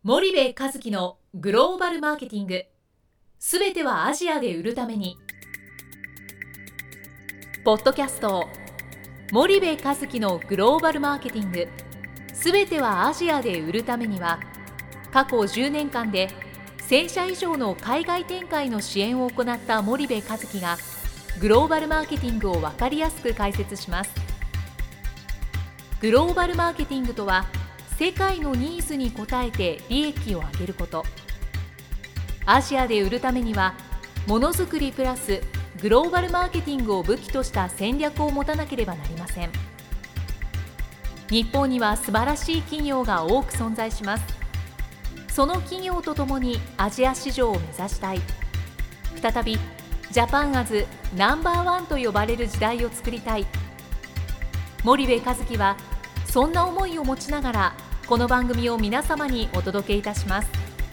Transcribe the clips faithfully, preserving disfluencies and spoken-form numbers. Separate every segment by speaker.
Speaker 1: 森部一樹のグローバルマーケティング、すべてはアジアで売るために。ポッドキャスト森部一樹のグローバルマーケティング、すべてはアジアで売るためには、過去じゅうねんかんでせんしゃ以上の海外展開の支援を行った森部一樹がグローバルマーケティングを分かりやすく解説します。グローバルマーケティングとは、世界のニーズに応えて利益を上げること。アジアで売るためには、ものづくりプラスグローバルマーケティングを武器とした戦略を持たなければなりません。日本には素晴らしい企業が多く存在します。その企業とともにアジア市場を目指したい。再びジャパンアズナンバーワンと呼ばれる時代を作りたい。森部一樹はそんな思いを持ちながら、この番組を皆様にお届けいたします。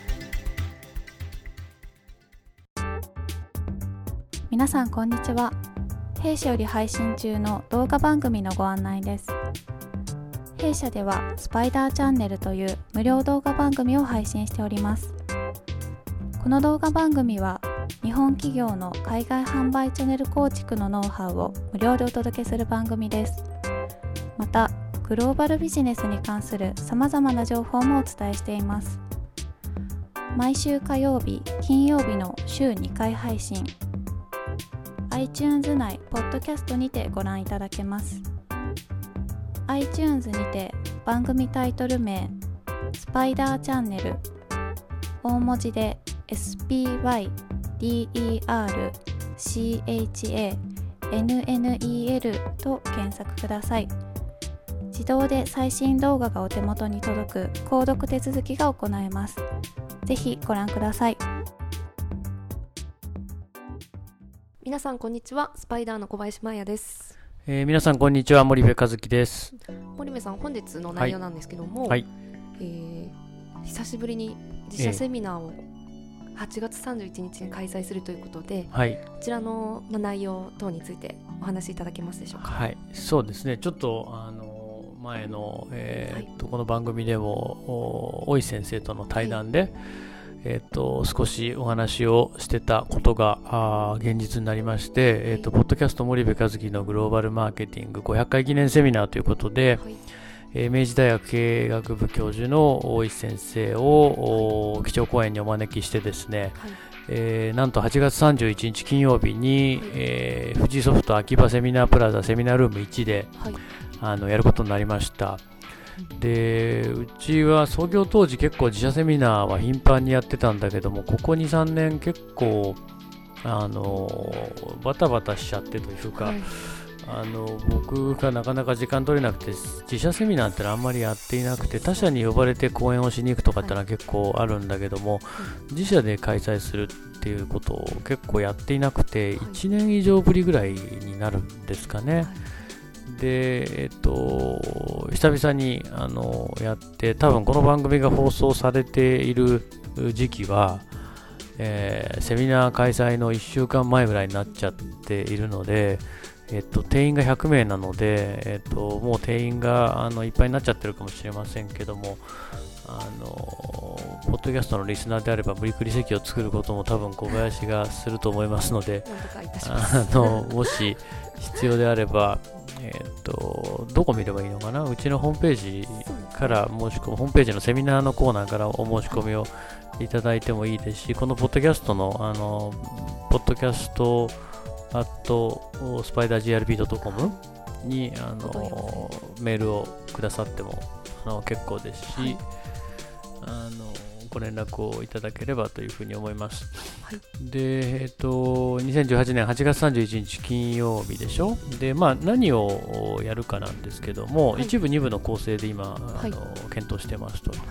Speaker 2: 皆さんこんにちは。弊社より配信中の動画番組のご案内です。弊社ではスパイダーチャンネルという無料動画番組を配信しております。この動画番組は日本企業の海外販売チャンネル構築のノウハウを無料でお届けする番組です。またグローバルビジネスに関するさまざまな情報もお伝えしています。毎週火曜日、金曜日の週にかい配信、iTunes 内ポッドキャストにてご覧いただけます。 iTunes にて番組タイトル名スパイダーチャンネル、大文字で エスピーワイディーイーアールシーエイチエーエヌエヌイーエル と検索ください。自動で最新動画がお手元に届く購読手続きが行えます。ぜひご覧ください。
Speaker 3: 皆さんこんにちは。スパイダーの小林真也です。
Speaker 4: えー、皆さんこんにちは。森部一樹です。
Speaker 3: 森部さん、本日の内容なんですけども、
Speaker 4: はい、
Speaker 3: えー、久しぶりに自社セミナーをはちがつさんじゅういちにちに開催するということで、はい、こちらの、ま、内容等についてお話しいただけますでしょうか。
Speaker 4: はい、そうですね。ちょっとあの前の、えーっとはい、この番組でも大石先生との対談で、はい、えー、っと少しお話をしてたことがあ現実になりまして、はい、えーっとポッドキャスト森部一樹のグローバルマーケティングごひゃっかい記念セミナーということで、はい、えー、明治大学経営学部教授の大石先生を基調講演にお招きしてですね、はい、えー、なんとはちがつさんじゅういちにち金曜日に、はい、えー、富士ソフト秋葉セミナープラザセミナールームいちで、はい、あのやることになりました。で、うちは創業当時結構自社セミナーは頻繁にやってたんだけども、ここ にさんねん結構あのバタバタしちゃってというか、はい、あの僕がなかなか時間取れなくて自社セミナーってのはあんまりやっていなくて、他社に呼ばれて講演をしに行くとかってのは結構あるんだけども、はい、自社で開催するっていうことを結構やっていなくて、はい、いちねん以上ぶりぐらいになるんですかね。はい、で、えっと、久々にあのやって、多分この番組が放送されている時期は、えー、セミナー開催のいっしゅうかんまえぐらいになっちゃっているので、えっと、定員がひゃくめいなので、えっと、もう定員があのいっぱいになっちゃってるかもしれませんけども、あのポッドキャストのリスナーであれば無理くり席を作ることも多分小林がすると思いますので、あのもし必要であれば、えー、とどこ見ればいいのかな、うちのホームページから申し込む、ホームページのセミナーのコーナーからお申し込みをいただいてもいいですし、このポッドキャストのあのポッドキャストアットスパイダージーアールピードットコム にあのメールをくださってもあの結構ですし、はい、あのご連絡をいただければというふうに思います。はい、で、えっと、にせんじゅうはちねんはちがつさんじゅういちにち金曜日でしょ。で、まあ、何をやるかなんですけども、はい、一部、二部の構成で今、はい、あの検討してますと。はい、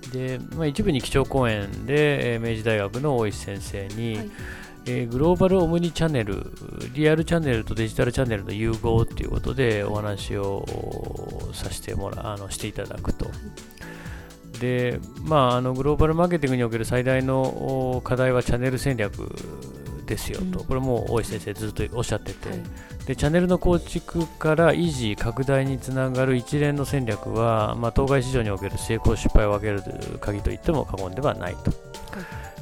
Speaker 4: で、まあ、一部に基調講演で、明治大学の大石先生に、はい、えー、グローバルオムニチャンネル、リアルチャンネルとデジタルチャンネルの融合ということでお話をさせてもらあのしていただくと。で、まあ、あのグローバルマーケティングにおける最大の課題はチャンネル戦略ですよと、
Speaker 3: うん、
Speaker 4: これも大石先生ずっとおっしゃってて、
Speaker 3: はい、
Speaker 4: でチャンネルの構築から維持拡大につながる一連の戦略は、まあ、当該市場における成功失敗を分ける鍵といっても過言ではないと、はい、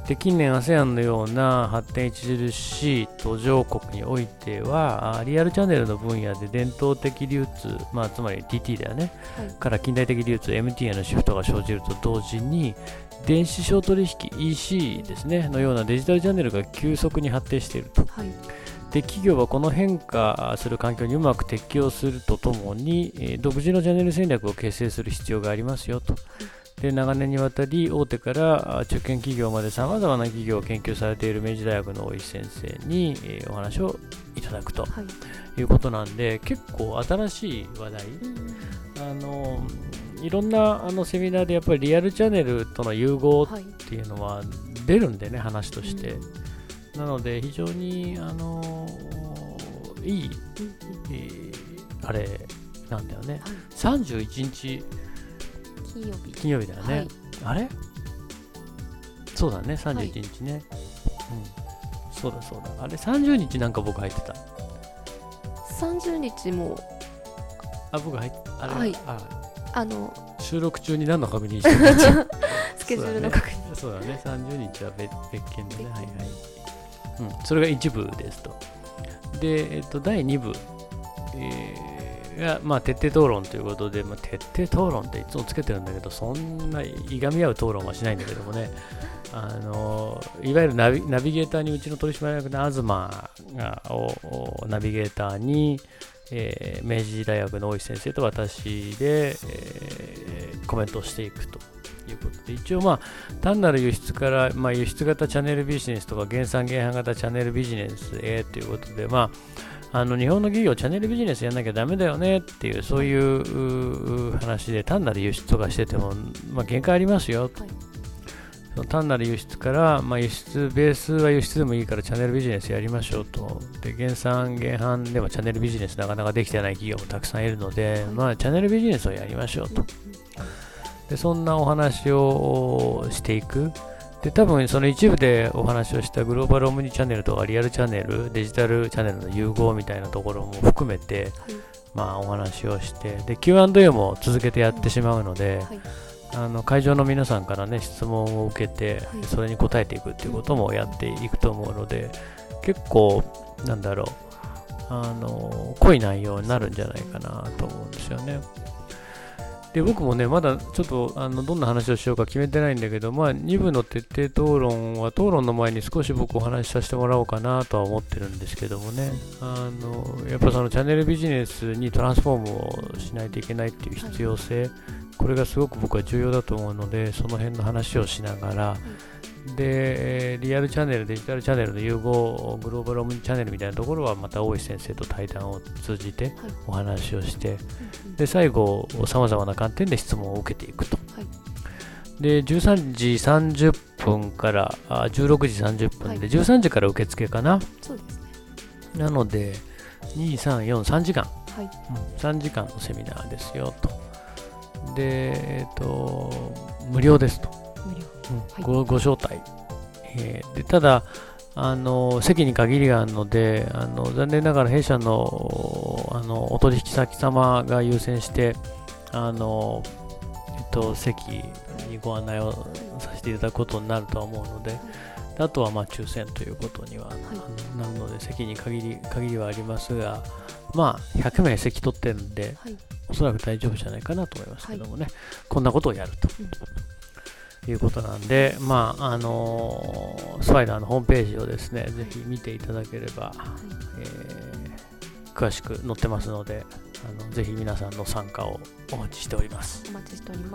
Speaker 4: で近年 アセアン のような発展著しい途上国においてはリアルチャンネルの分野で伝統的流通、まあ、つまり ティーティー だよね、はい、から近代的流通 エムティー へのシフトが生じると同時に電子商取引 イーシー ですねのようなデジタルチャンネルが急速に発展していると、はい、で企業はこの変化する環境にうまく適応するとともに、えー、独自のチャンネル戦略を形成する必要がありますよと、はい、で長年にわたり大手から中堅企業までさまざまな企業を研究されている明治大学の大石先生に、えー、お話をいただくと、はい、いうことなんで結構新しい話題、うん、あのいろんなあのセミナーでやっぱりリアルチャンネルとの融合っていうのは出るんでね、はい、話として、うん、なので非常にあのいい、うんえー、あれなんだよね、はい、さんじゅういちにち
Speaker 3: 金曜日
Speaker 4: 金曜日だよね、はい、あれそうだねさんじゅういちにちね、はい、うん、そうだそうだあれさんじゅうにちなんか僕入ってた
Speaker 3: さんじゅうにちも
Speaker 4: あ僕入ってあれ、
Speaker 3: はい、
Speaker 4: あ
Speaker 3: あの
Speaker 4: 収録中に何の確認してる
Speaker 3: スケジュールの確認
Speaker 4: そうだね、そうだねさんじゅうにちは 別, 別件でね、はいはい、うん、それが一部ですと。で、えっと、だいにぶ、えー、が、まあ、徹底討論ということで、まあ、徹底討論っていつもつけてるんだけど、そんないがみ合う討論はしないんだけどもね、あのいわゆるナ ビ, ナビゲーターにうちの取締役の東がをナビゲーターに、えー、明治大学の大石先生と私で、えー、コメントをしていくということで、一応まあ単なる輸出から、まあ、輸出型チャンネルビジネスとか減産減販型チャンネルビジネスへということで、まあ、あの日本の企業チャンネルビジネスやんなきゃダメだよねっていうそういう話で単なる輸出とかしてても、まあ、限界ありますよと、はい、単なる輸出から、まあ、輸出ベースは輸出でもいいからチャンネルビジネスやりましょうと。で減産減販でもチャンネルビジネスなかなかできてない企業もたくさんいるので、まあ、チャンネルビジネスをやりましょうと。でそんなお話をしていく。で多分その一部でお話をしたグローバルオムニチャンネルとかリアルチャンネルデジタルチャンネルの融合みたいなところも含めて、はい、まあ、お話をしてで キューアンドエー も続けてやってしまうので、はい、あの会場の皆さんからね質問を受けて、はい、それに答えていくっていうこともやっていくと思うので結構なんだろうあの濃い内容になるんじゃないかなと思うんですよね。で僕もねまだちょっとあのどんな話をしようか決めてないんだけど、まあ、に部の徹底討論は討論の前に少し僕お話しさせてもらおうかなとは思ってるんですけどもね、あのやっぱそのチャンネルビジネスにトランスフォームをしないといけないっていう必要性、はい、これがすごく僕は重要だと思うのでその辺の話をしながら、はい、でリアルチャンネルデジタルチャンネルの融合グローバルオムニチャンネルみたいなところはまた大石先生と対談を通じてお話をして、はい、で最後さまざまな観点で質問を受けていくと、はい、でじゅうさんじさんじゅっぷんからあじゅうろくじさんじゅっぷんで、はい、じゅうさんじから受付かな。
Speaker 3: そうですね。
Speaker 4: なのでに、さん、よん、さんじかん、
Speaker 3: はい、
Speaker 4: うん、さんじかんのセミナーですよと。で、えっと無料ですと。
Speaker 3: 無料、
Speaker 4: うんはい、ご, ご招待、えー、でただあの席に限りがあるのであの残念ながら弊社のあのお取引先様が優先してあの、えっと、席にご案内をさせていただくことになるとは思うので、あとはまあ抽選ということには、はい、あのなるので席に限り限りはありますが、まあ、ひゃくめい席取ってるんで、はい、おそらく大丈夫じゃないかなと思いますけどもね、はい、こんなことをやると。うんいうことなんで、まああのー、スパイダーのホームページをですね、はい、ぜひ見ていただければ、はいえー、詳しく載ってますのであの、ぜひ皆さんの参加をお待ちしております。
Speaker 3: お待ちしております。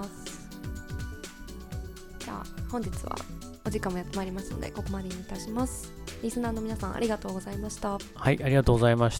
Speaker 3: じゃあ本日はお時間もやってまいりますので、ここまでにいたします。リスナーの皆さんありがとうございました。
Speaker 4: はい、ありがとうございました。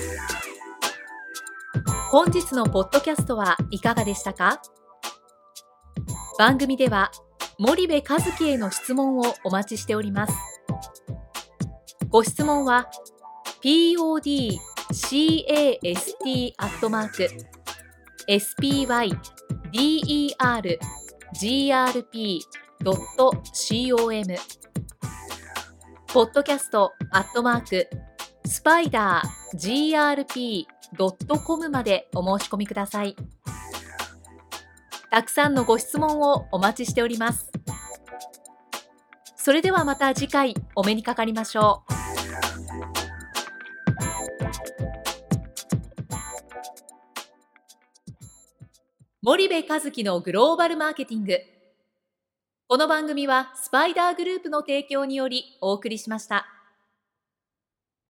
Speaker 1: 本日のポッドキャストはいかがでしたか？番組では森部一樹への質問をお待ちしております。ご質問は ピーオーディーキャスト アットマーク エスピーワイディーイーアールジーアールピー ドット コムポッドキャストアットマークスパイダー ジーアールピードットコム までお申し込みください。たくさんのご質問をお待ちしております。それではまた次回お目にかかりましょう。森部一樹のグローバルマーケティング。この番組はスパイダーグループの提供によりお送りしました。